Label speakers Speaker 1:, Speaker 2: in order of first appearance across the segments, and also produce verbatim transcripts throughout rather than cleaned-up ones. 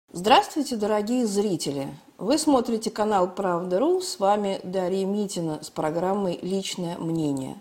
Speaker 1: Здравствуйте, дорогие зрители! Вы смотрите канал Правда.ру, с вами Дарья Митина с программой «Личное мнение».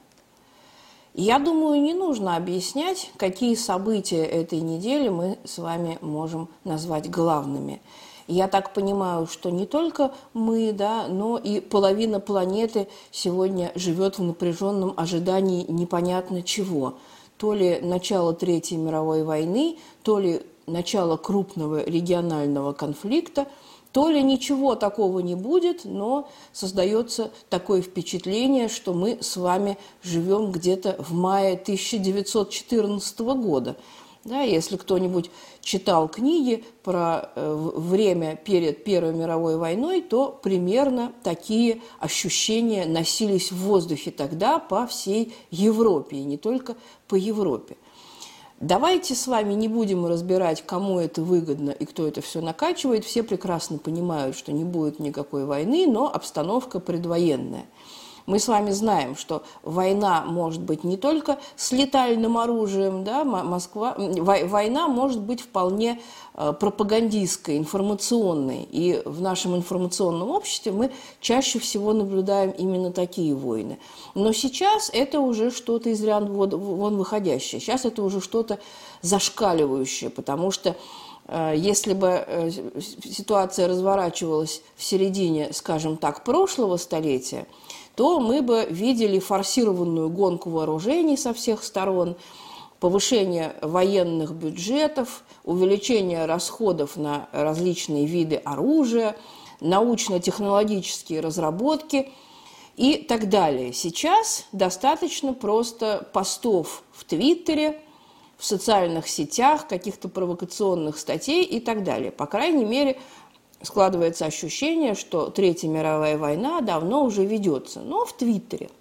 Speaker 1: Я думаю, не нужно объяснять, какие события этой недели мы с вами можем назвать главными. Я так понимаю, что не только мы, да, но и половина планеты сегодня живет в напряженном ожидании непонятно чего. То ли начало Третьей мировой войны, то ли начало крупного регионального конфликта, то ли ничего такого не будет, но создается такое впечатление, что мы с вами живем где-то в мае тысяча девятьсот четырнадцатого года. Да, если кто-нибудь читал книги про э, время перед Первой мировой войной, то примерно такие ощущения носились в воздухе тогда по всей Европе, и не только по Европе. Давайте с вами не будем разбирать, кому это выгодно и кто это все накачивает. Все прекрасно понимают, что не будет никакой войны, но обстановка предвоенная. Мы с вами знаем, что война может быть не только с летальным оружием, да, Москва, война может быть вполне пропагандистской, информационной. И в нашем информационном обществе мы чаще всего наблюдаем именно такие войны. Но сейчас это уже что-то из ряда вон выходящее. Сейчас это уже что-то зашкаливающее, потому что если бы ситуация разворачивалась в середине, скажем так, прошлого столетия, то мы бы видели форсированную гонку вооружений со всех сторон, повышение военных бюджетов, увеличение расходов на различные виды оружия, научно-технологические разработки и так далее. Сейчас достаточно просто постов в Твиттере, в социальных сетях, каких-то провокационных статей и так далее. По крайней мере, складывается ощущение, что Третья мировая война давно уже ведется, но в Твиттере.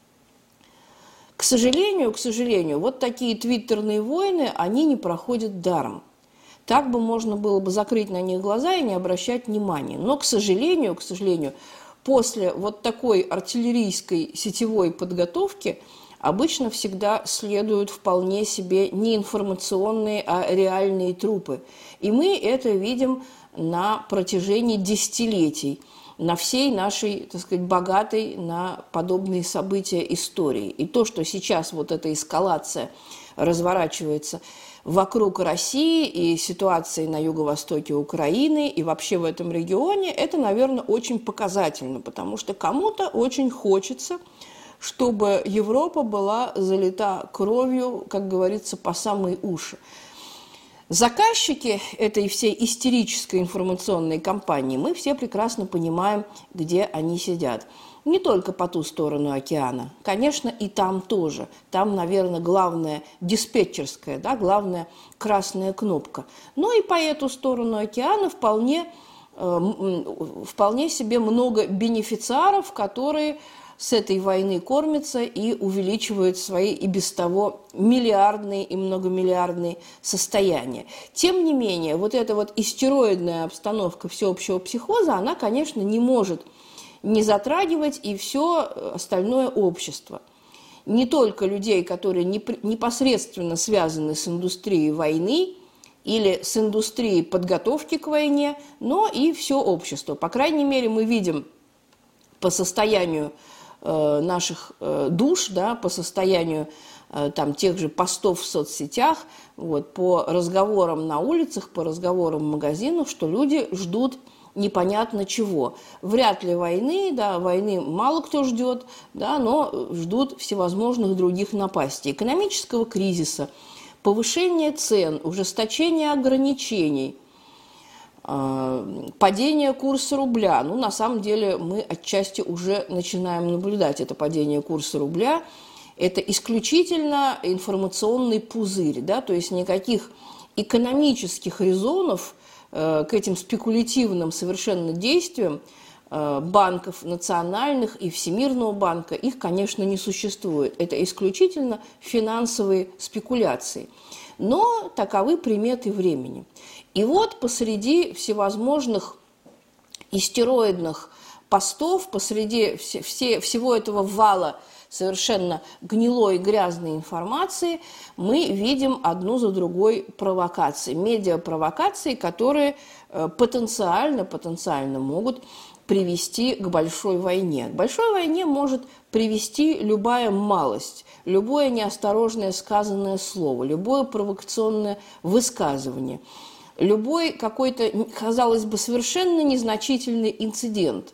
Speaker 1: К сожалению, к сожалению, вот такие твиттерные войны, они не проходят даром. Так бы можно было бы закрыть на них глаза и не обращать внимания. Но, к сожалению, к сожалению, после вот такой артиллерийской сетевой подготовки обычно всегда следуют вполне себе не информационные, а реальные трупы. И мы это видим на протяжении десятилетий, на всей нашей, так сказать, богатой на подобные события истории. И то, что сейчас вот эта эскалация разворачивается вокруг России и ситуации на юго-востоке Украины и вообще в этом регионе, это, наверное, очень показательно, потому что кому-то очень хочется, чтобы Европа была залита кровью, как говорится, по самые уши. Заказчики этой всей истерической информационной кампании, мы все прекрасно понимаем, где они сидят. Не только по ту сторону океана, конечно, и там тоже. Там, наверное, главная диспетчерская, да, главная красная кнопка. Но и по эту сторону океана вполне, э, вполне себе много бенефициаров, которые с этой войны кормятся и увеличивают свои и без того миллиардные и многомиллиардные состояния. Тем не менее, вот эта вот истероидная обстановка всеобщего психоза, она, конечно, не может не затрагивать и все остальное общество. Не только людей, которые непосредственно связаны с индустрией войны или с индустрией подготовки к войне, но и все общество. По крайней мере, мы видим по состоянию наших душ, да, по состоянию там, тех же постов в соцсетях, вот, по разговорам на улицах, по разговорам в магазинах, что люди ждут непонятно чего. Вряд ли войны, да, войны мало кто ждет, да, но ждут всевозможных других напастей. Экономического кризиса, повышения цен, ужесточения ограничений, падение курса рубля. Ну, на самом деле, мы отчасти уже начинаем наблюдать это падение курса рубля. Это исключительно информационный пузырь, да, то есть никаких экономических резонов э, к этим спекулятивным совершенно действиям э, банков национальных и Всемирного банка, их, конечно, не существует. Это исключительно финансовые спекуляции. Но таковы приметы времени. И вот посреди всевозможных истероидных постов, посреди все, все, всего этого вала совершенно гнилой, грязной информации, мы видим одну за другой провокации, медиапровокации, которые потенциально, потенциально могут привести к большой войне. К большой войне может привести любая малость, любое неосторожное сказанное слово, любое провокационное высказывание, любой какой-то, казалось бы, совершенно незначительный инцидент.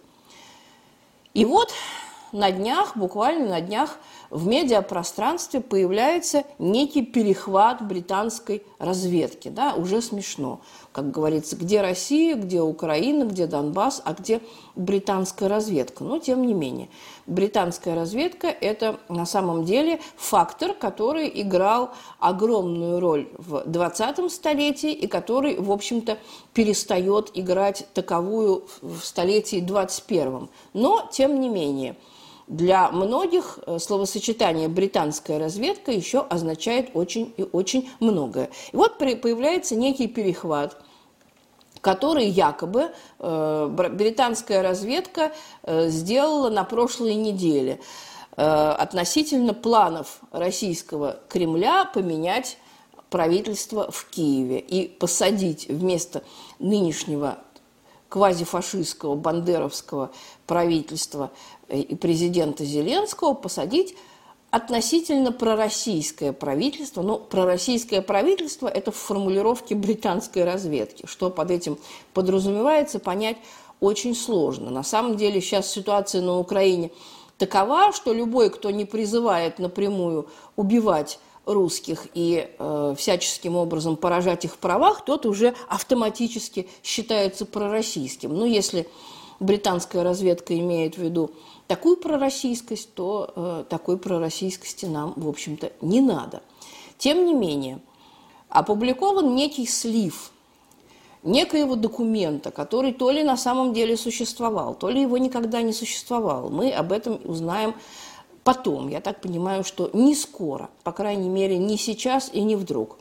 Speaker 1: И вот на днях, буквально на днях, в медиапространстве появляется некий перехват британской разведки. Да, уже смешно. Как говорится, где Россия, где Украина, где Донбасс, а где британская разведка. Но тем не менее, британская разведка – это на самом деле фактор, который играл огромную роль в двадцатом столетии и который, в общем-то, перестает играть таковую в столетии двадцать первом. Но, тем не менее, для многих словосочетание «британская разведка» еще означает очень и очень многое. И вот появляется некий перехват, который якобы э, британская разведка э, сделала на прошлой неделе э, относительно планов российского Кремля поменять правительство в Киеве и посадить вместо нынешнего квазифашистского бандеровского правительства и президента Зеленского посадить относительно пророссийское правительство. Но пророссийское правительство – это в формулировке британской разведки. Что под этим подразумевается, понять очень сложно. На самом деле сейчас ситуация на Украине такова, что любой, кто не призывает напрямую убивать русских и э, всяческим образом поражать их в правах, тот уже автоматически считается пророссийским. Но если британская разведка имеет в виду такую пророссийскость, то э, такой пророссийскости нам, в общем-то, не надо. Тем не менее, опубликован некий слив некоего документа, который то ли на самом деле существовал, то ли его никогда не существовало. Мы об этом узнаем потом. Я так понимаю, что не скоро, по крайней мере, не сейчас и не вдруг.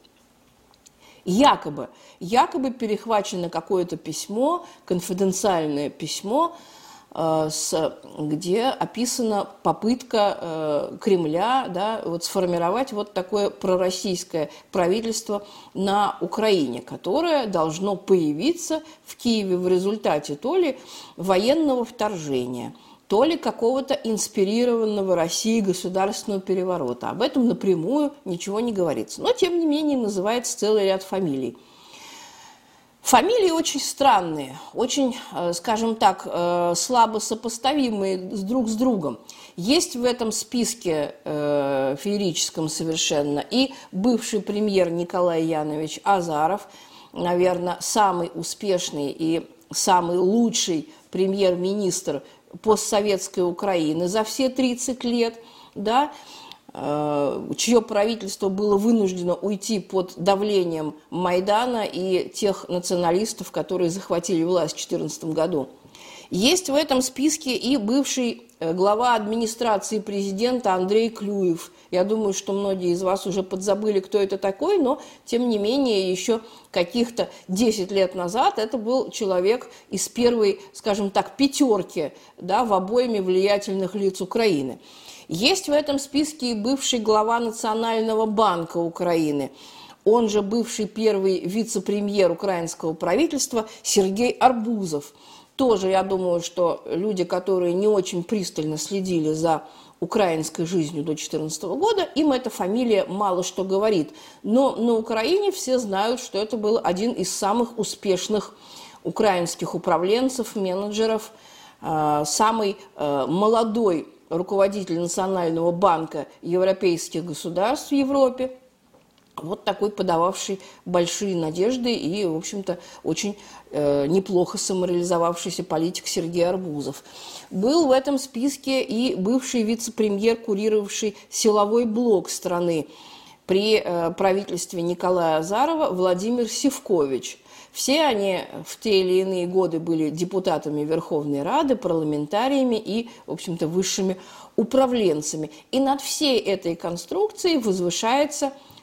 Speaker 1: Якобы, якобы перехвачено какое-то письмо, конфиденциальное письмо, э, с, где описана попытка э, Кремля, да, вот, сформировать вот такое пророссийское правительство на Украине, которое должно появиться в Киеве в результате то ли военного вторжения, то ли какого-то инспирированного Россией государственного переворота. Об этом напрямую ничего не говорится. Но, тем не менее, называется целый ряд фамилий. Фамилии очень странные, очень, скажем так, слабо сопоставимые друг с другом. Есть в этом списке э, феерическом совершенно и бывший премьер Николай Янович Азаров, наверное, самый успешный и самый лучший премьер-министр постсоветской Украины за все тридцать лет, да, чье правительство было вынуждено уйти под давлением Майдана и тех националистов, которые захватили власть в две тысячи четырнадцатом году. Есть в этом списке и бывший глава администрации президента Андрей Клюев. Я думаю, что многие из вас уже подзабыли, кто это такой, но, тем не менее, еще каких-то десять лет назад это был человек из первой, скажем так, пятерки, да, в обойме влиятельных лиц Украины. Есть в этом списке и бывший глава Национального банка Украины, он же бывший первый вице-премьер украинского правительства Сергей Арбузов. Тоже, я думаю, что люди, которые не очень пристально следили за украинской жизнью до две тысячи четырнадцатого года, им эта фамилия мало что говорит. Но на Украине все знают, что это был один из самых успешных украинских управленцев, менеджеров, самый молодой руководитель Национального банка европейских государств в Европе. Вот такой подававший большие надежды и, в общем-то, очень э, неплохо самореализовавшийся политик Сергей Арбузов. Был в этом списке и бывший вице-премьер, курировавший силовой блок страны при э, правительстве Николая Азарова, Владимир Сивкович. Все они в те или иные годы были депутатами Верховной Рады, парламентариями и, в общем-то, высшими управленцами. И над всей этой конструкцией возвышается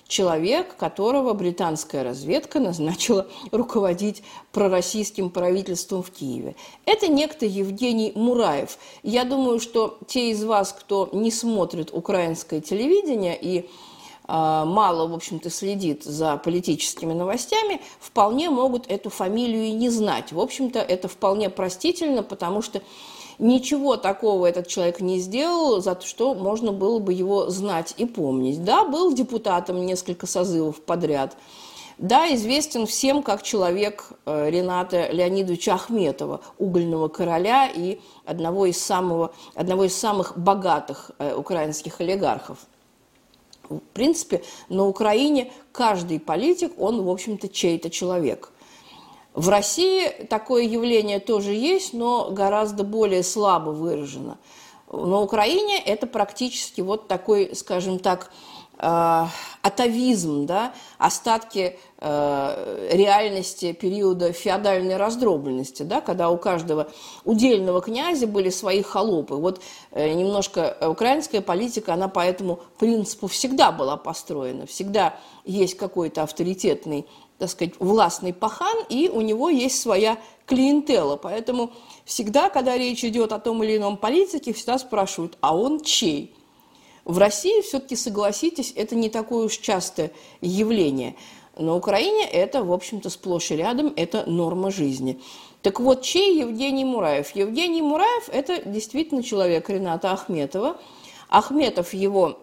Speaker 1: человек, которого британская разведка назначила руководить пророссийским правительством в Киеве. Это некто Евгений Мураев. Я думаю, что те из вас, кто не смотрит украинское телевидение и мало, в общем-то, следит за политическими новостями, вполне могут эту фамилию и не знать. В общем-то, это вполне простительно, потому что ничего такого этот человек не сделал, за что можно было бы его знать и помнить. Да, был депутатом несколько созывов подряд. Да, известен всем как человек Рената Леонидовича Ахметова, угольного короля и одного из, самого, одного из самых богатых украинских олигархов. В принципе, на Украине каждый политик, он, в общем-то, чей-то человек. В России такое явление тоже есть, но гораздо более слабо выражено. На Украине это практически вот такой, скажем так, э, атавизм, да, остатки э, реальности периода феодальной раздробленности, да, когда у каждого удельного князя были свои холопы. Вот э, немножко украинская политика, она по этому принципу всегда была построена. Всегда есть какой-то авторитетный, так сказать, властный пахан, и у него есть своя клиентела. Поэтому всегда, когда речь идет о том или ином политике, всегда спрашивают, а он чей? В России все-таки, согласитесь, это не такое уж частое явление. На Украине это, в общем-то, сплошь и рядом, это норма жизни. Так вот, чей Евгений Мураев? Евгений Мураев – это действительно человек Рената Ахметова. Ахметов его,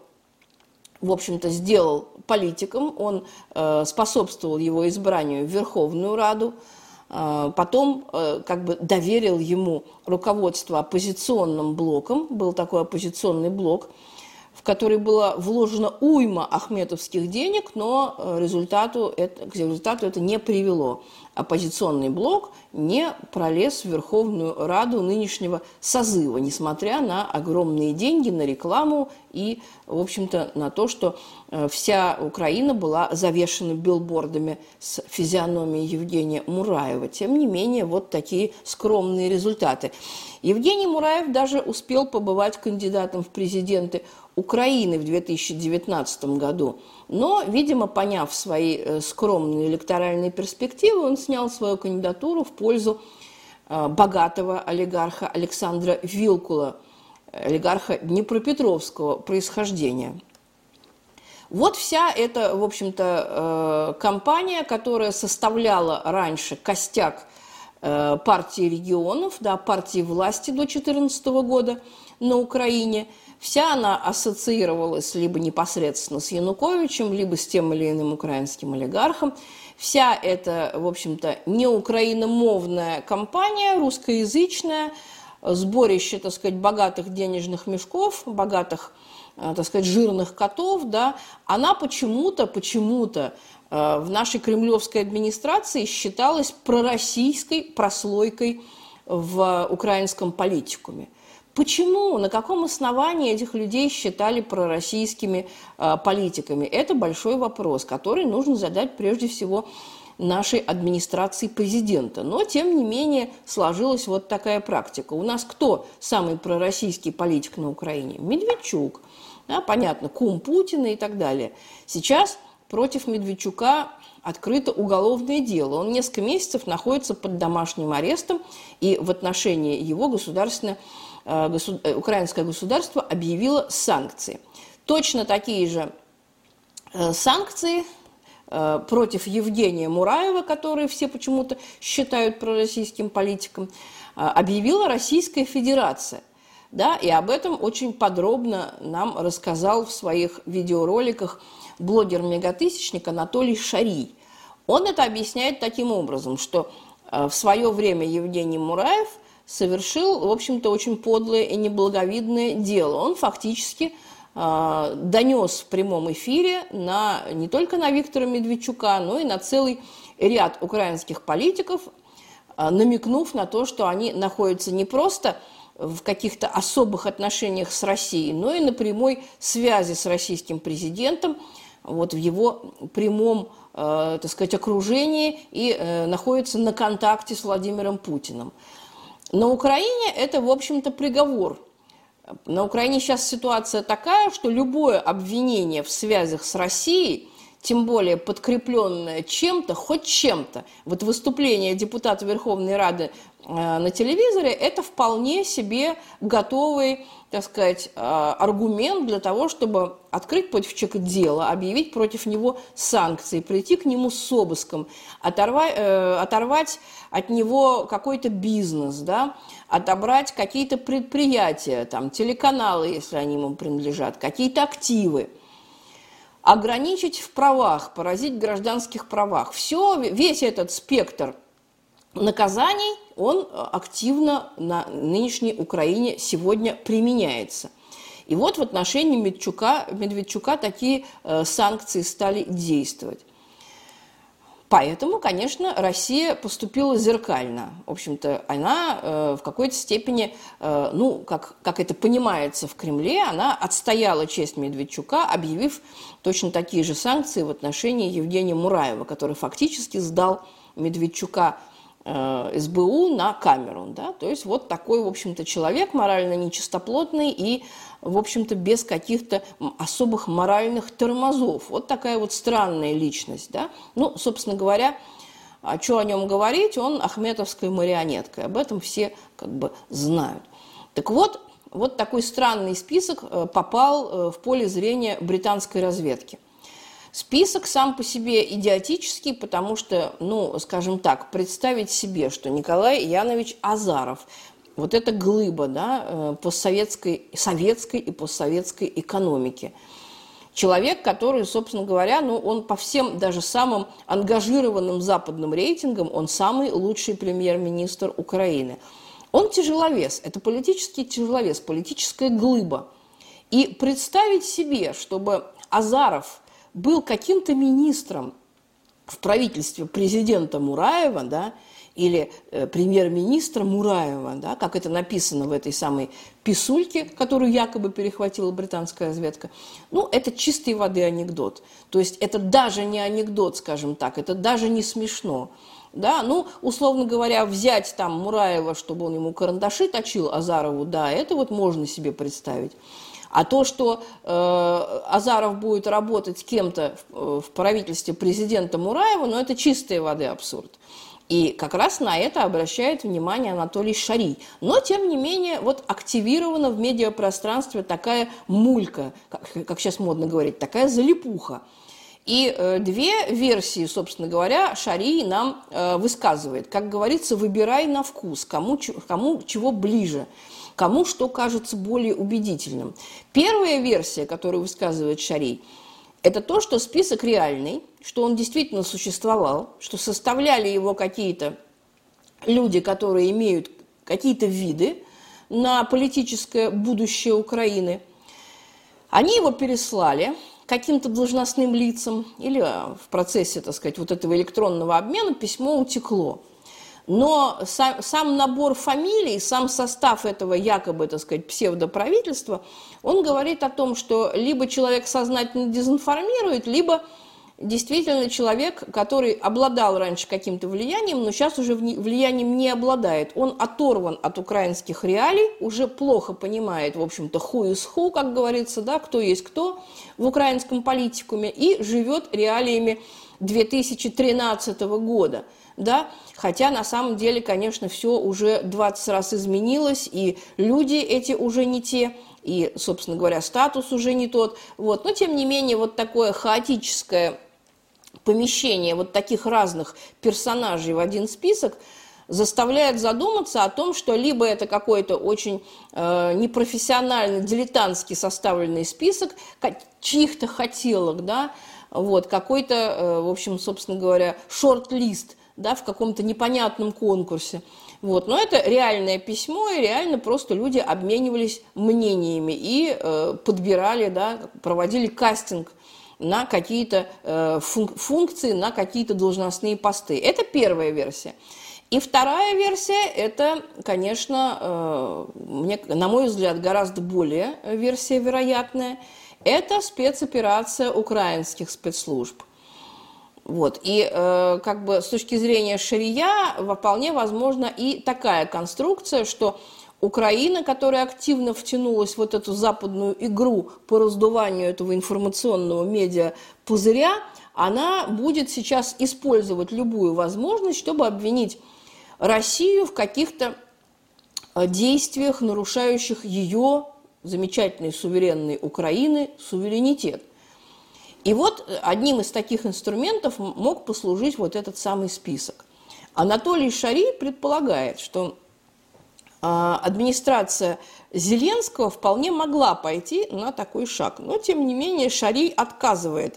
Speaker 1: в общем-то, сделал политиком, он э, способствовал его избранию в Верховную Раду, э, потом э, как бы доверил ему руководство оппозиционным блоком, был такой оппозиционный блок, в который была вложена уйма ахметовских денег, но результату это, к результату это не привело. Оппозиционный блок не пролез в Верховную Раду нынешнего созыва, несмотря на огромные деньги, на рекламу и, в общем-то, на то, что вся Украина была завешена билбордами с физиономией Евгения Мураева. Тем не менее, вот такие скромные результаты. Евгений Мураев даже успел побывать кандидатом в президенты Украины в две тысячи девятнадцатом году. Но, видимо, поняв свои скромные электоральные перспективы, он снял свою кандидатуру в пользу богатого олигарха Александра Вилкула, олигарха днепропетровского происхождения. Вот вся эта, в общем-то, компания, которая составляла раньше костяк партии регионов, да, партии власти до две тысячи четырнадцатого года на Украине, вся она ассоциировалась либо непосредственно с Януковичем, либо с тем или иным украинским олигархом. Вся эта, в общем-то, неукраиномовная компания, русскоязычная, сборище, так сказать, богатых денежных мешков, богатых, так сказать, жирных котов, да, она почему-то, почему-то в нашей кремлевской администрации считалась пророссийской прослойкой в украинском политикуме. Почему, на каком основании этих людей считали пророссийскими э, политиками? Это большой вопрос, который нужно задать прежде всего нашей администрации президента. Но, тем не менее, сложилась вот такая практика. У нас кто самый пророссийский политик на Украине? Медведчук. Да, понятно, кум Путина и так далее. Сейчас против Медведчука открыто уголовное дело. Он несколько месяцев находится под домашним арестом, и в отношении его государственное украинское государство объявило санкции. Точно такие же санкции против Евгения Мураева, который все почему-то считают пророссийским политиком, объявила Российская Федерация. Да, и об этом очень подробно нам рассказал в своих видеороликах блогер-мегатысячник Анатолий Шарий. Он это объясняет таким образом, что в свое время Евгений Мураев совершил, в общем-то, очень подлое и неблаговидное дело. Он фактически э, донес в прямом эфире на, не только на Виктора Медведчука, но и на целый ряд украинских политиков, э, намекнув на то, что они находятся не просто в каких-то особых отношениях с Россией, но и на прямой связи с российским президентом, вот в его прямом, э, так сказать, окружении и э, находятся на контакте с Владимиром Путиным. На Украине это, в общем-то, приговор. На Украине сейчас ситуация такая, что любое обвинение в связях с Россией, тем более подкрепленное чем-то, хоть чем-то. Вот выступление депутата Верховной Рады э, на телевизоре – это вполне себе готовый, так сказать, э, аргумент для того, чтобы открыть против человека дело, объявить против него санкции, прийти к нему с обыском, оторвать, э, оторвать от него какой-то бизнес, да, отобрать какие-то предприятия, там, телеканалы, если они ему принадлежат, какие-то активы. Ограничить в правах, поразить в гражданских правах. Все, весь этот спектр наказаний, он активно на нынешней Украине сегодня применяется. И вот в отношении Медведчука, Медведчука такие э, санкции стали действовать. Поэтому, конечно, Россия поступила зеркально. В общем-то, она э, в какой-то степени, э, ну, как, как это понимается в Кремле, она отстояла честь Медведчука, объявив точно такие же санкции в отношении Евгения Мураева, который фактически сдал Медведчука э, эс бэ у на камеру. Да? То есть вот такой, в общем-то, человек морально нечистоплотный и, в общем-то, без каких-то особых моральных тормозов. Вот такая вот странная личность. Да? Ну, собственно говоря, а что о нем говорить, он ахметовской марионеткой. Об этом все как бы знают. Так вот, вот такой странный список попал в поле зрения британской разведки. Список сам по себе идиотический, потому что, ну, скажем так, представить себе, что Николай Янович Азаров, вот эта глыба, да, постсоветской, советской и постсоветской экономики. Человек, который, собственно говоря, ну, он по всем даже самым ангажированным западным рейтингам, он самый лучший премьер-министр Украины. Он тяжеловес, это политический тяжеловес, политическая глыба. И представить себе, чтобы Азаров был каким-то министром в правительстве президента Мураева, да, или э, премьер-министра Мураева, да, как это написано в этой самой писульке, которую якобы перехватила британская разведка, ну, это чистой воды анекдот. То есть это даже не анекдот, скажем так, это даже не смешно. Да, ну, условно говоря, взять там Мураева, чтобы он ему карандаши точил, Азарову, да, это вот можно себе представить. А то, что э, Азаров будет работать с кем-то в, в правительстве президента Мураева, ну, это чистая воды абсурд. И как раз на это обращает внимание Анатолий Шарий. Но, тем не менее, вот активирована в медиапространстве такая мулька, как, как сейчас модно говорить, такая залипуха. И э, две версии, собственно говоря, Шарий нам э, высказывает. Как говорится, выбирай на вкус, кому, кому чего ближе, кому что кажется более убедительным. Первая версия, которую высказывает Шарий, это то, что список реальный, что он действительно существовал, что составляли его какие-то люди, которые имеют какие-то виды на политическое будущее Украины. Они его переслали каким-то должностным лицам, или в процессе, так сказать, вот этого электронного обмена письмо утекло. Но сам, сам набор фамилий, сам состав этого якобы, так сказать, псевдоправительства, он говорит о том, что либо человек сознательно дезинформирует, либо действительно человек, который обладал раньше каким-то влиянием, но сейчас уже влиянием не обладает. Он оторван от украинских реалий, уже плохо понимает, в общем-то, who is who, как говорится, да, кто есть кто в украинском политикуме, и живет реалиями две тысячи тринадцатого года. Да? Хотя на самом деле, конечно, все уже двадцать раз изменилось, и люди эти уже не те, и, собственно говоря, статус уже не тот. Вот. Но, тем не менее, вот такое хаотическое помещение вот таких разных персонажей в один список заставляет задуматься о том, что либо это какой-то очень э, непрофессионально, дилетантски составленный список чьих-то хотелок, да, вот, какой-то, э, в общем, собственно говоря, шорт-лист, да, в каком-то непонятном конкурсе. Вот. Но это реальное письмо, и реально просто люди обменивались мнениями и э, подбирали, да, проводили кастинг на какие-то э, функ- функции, на какие-то должностные посты. Это первая версия. И вторая версия, это, конечно, э, мне, на мой взгляд, гораздо более версия вероятная. Это спецоперация украинских спецслужб. Вот. И э, как бы с точки зрения Шария вполне возможна и такая конструкция, что Украина, которая активно втянулась в вот эту западную игру по раздуванию этого информационного медиа-пузыря, она будет сейчас использовать любую возможность, чтобы обвинить Россию в каких-то действиях, нарушающих ее замечательной суверенной Украины суверенитет. И вот одним из таких инструментов мог послужить вот этот самый список. Анатолий Шарий предполагает, что администрация Зеленского вполне могла пойти на такой шаг. Но, тем не менее, Шарий отказывает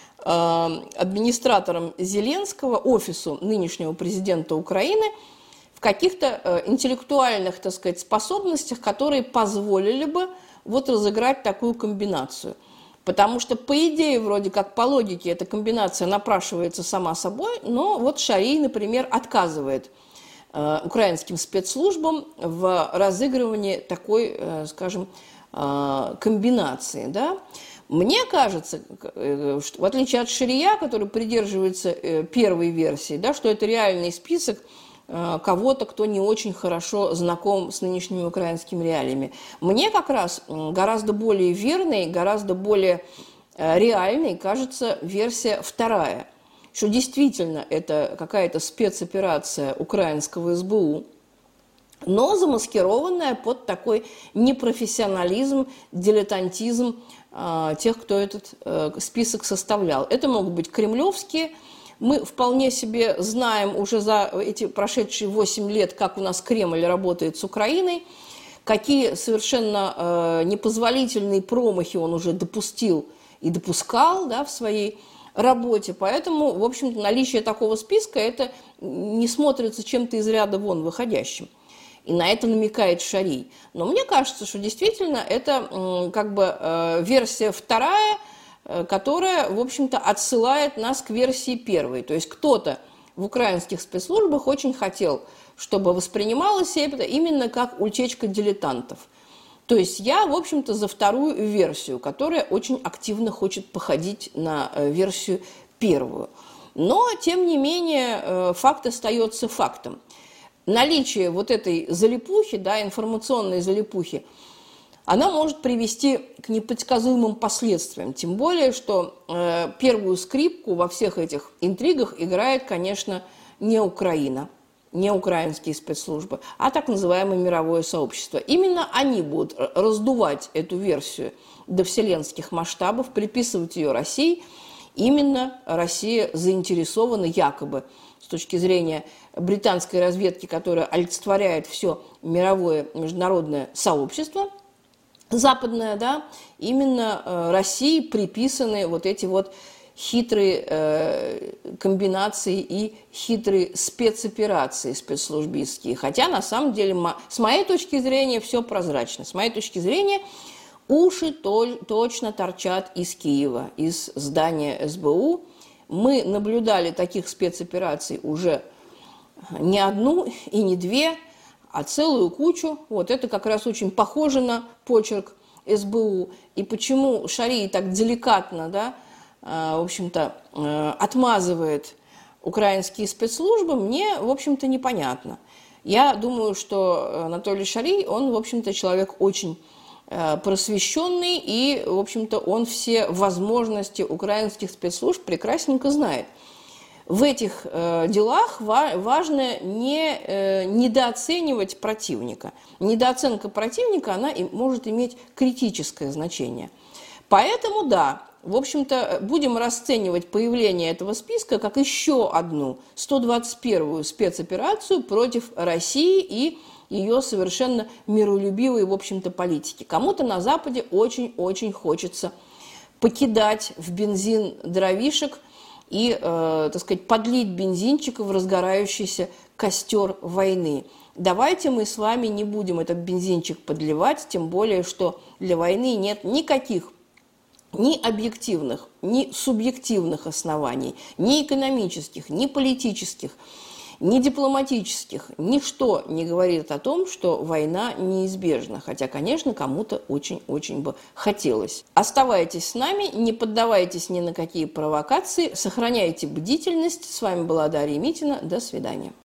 Speaker 1: администраторам Зеленского, офису нынешнего президента Украины, в каких-то интеллектуальных, так сказать, способностях, которые позволили бы вот разыграть такую комбинацию. Потому что, по идее, вроде как по логике, эта комбинация напрашивается сама собой, но вот Шарий, например, отказывает э, украинским спецслужбам в разыгрывании такой, э, скажем, э, комбинации. Да? Мне кажется, э, что, в отличие от Шария, который придерживается э, первой версии, да, что это реальный список кого-то, кто не очень хорошо знаком с нынешними украинскими реалиями. Мне как раз гораздо более верной, гораздо более реальной кажется версия вторая, что действительно это какая-то спецоперация украинского эс бэ у, но замаскированная под такой непрофессионализм, дилетантизм тех, кто этот список составлял. Это могут быть кремлевские. Мы вполне себе знаем уже за эти прошедшие восемь лет, как у нас Кремль работает с Украиной, какие совершенно э, непозволительные промахи он уже допустил и допускал, да, в своей работе. Поэтому, в общем-то, наличие такого списка это не смотрится чем-то из ряда вон выходящим. И на это намекает Шарий. Но мне кажется, что действительно это э, как бы э, версия вторая, которая, в общем-то, отсылает нас к версии первой. То есть кто-то в украинских спецслужбах очень хотел, чтобы воспринималось это именно как утечка дилетантов. То есть я, в общем-то, за вторую версию, которая очень активно хочет походить на версию первую. Но, тем не менее, факт остается фактом. Наличие вот этой залипухи, да, информационной залипухи, она может привести к непредсказуемым последствиям. Тем более, что э, первую скрипку во всех этих интригах играет, конечно, не Украина, не украинские спецслужбы, а так называемое мировое сообщество. Именно они будут раздувать эту версию до вселенских масштабов, приписывать ее России. Именно Россия заинтересована якобы с точки зрения британской разведки, которая олицетворяет все мировое международное сообщество, западная, да, именно э, России приписаны вот эти вот хитрые э, комбинации и хитрые спецоперации спецслужбистские. Хотя, на самом деле, с моей точки зрения, все прозрачно. С моей точки зрения, уши то точно торчат из Киева, из здания эс бэ у. Мы наблюдали таких спецопераций уже не одну и не две, а целую кучу. Вот это как раз очень похоже на почерк эс бэ у. И почему Шарий так деликатно, да, в общем-то, отмазывает украинские спецслужбы, мне, в общем-то, непонятно. Я думаю, что Анатолий Шарий, он, в общем-то, человек очень просвещенный, и, в общем-то, он все возможности украинских спецслужб прекрасненько знает. В этих э, делах ва важно не э, недооценивать противника. Недооценка противника, она и может иметь критическое значение. Поэтому, да, в общем-то, будем расценивать появление этого списка как еще одну сто двадцать первую спецоперацию против России и ее совершенно миролюбивой, в общем-то, политики. Кому-то на Западе очень-очень хочется покидать в бензин дровишек и, э, так сказать, подлить бензинчика в разгорающийся костер войны. Давайте мы с вами не будем этот бензинчик подливать, тем более, что для войны нет никаких ни объективных, ни субъективных оснований, ни экономических, ни политических, ни дипломатических. Ничто не говорит о том, что война неизбежна, хотя, конечно, кому-то очень-очень бы хотелось. Оставайтесь с нами, не поддавайтесь ни на какие провокации, сохраняйте бдительность. С вами была Дарья Митина. До свидания.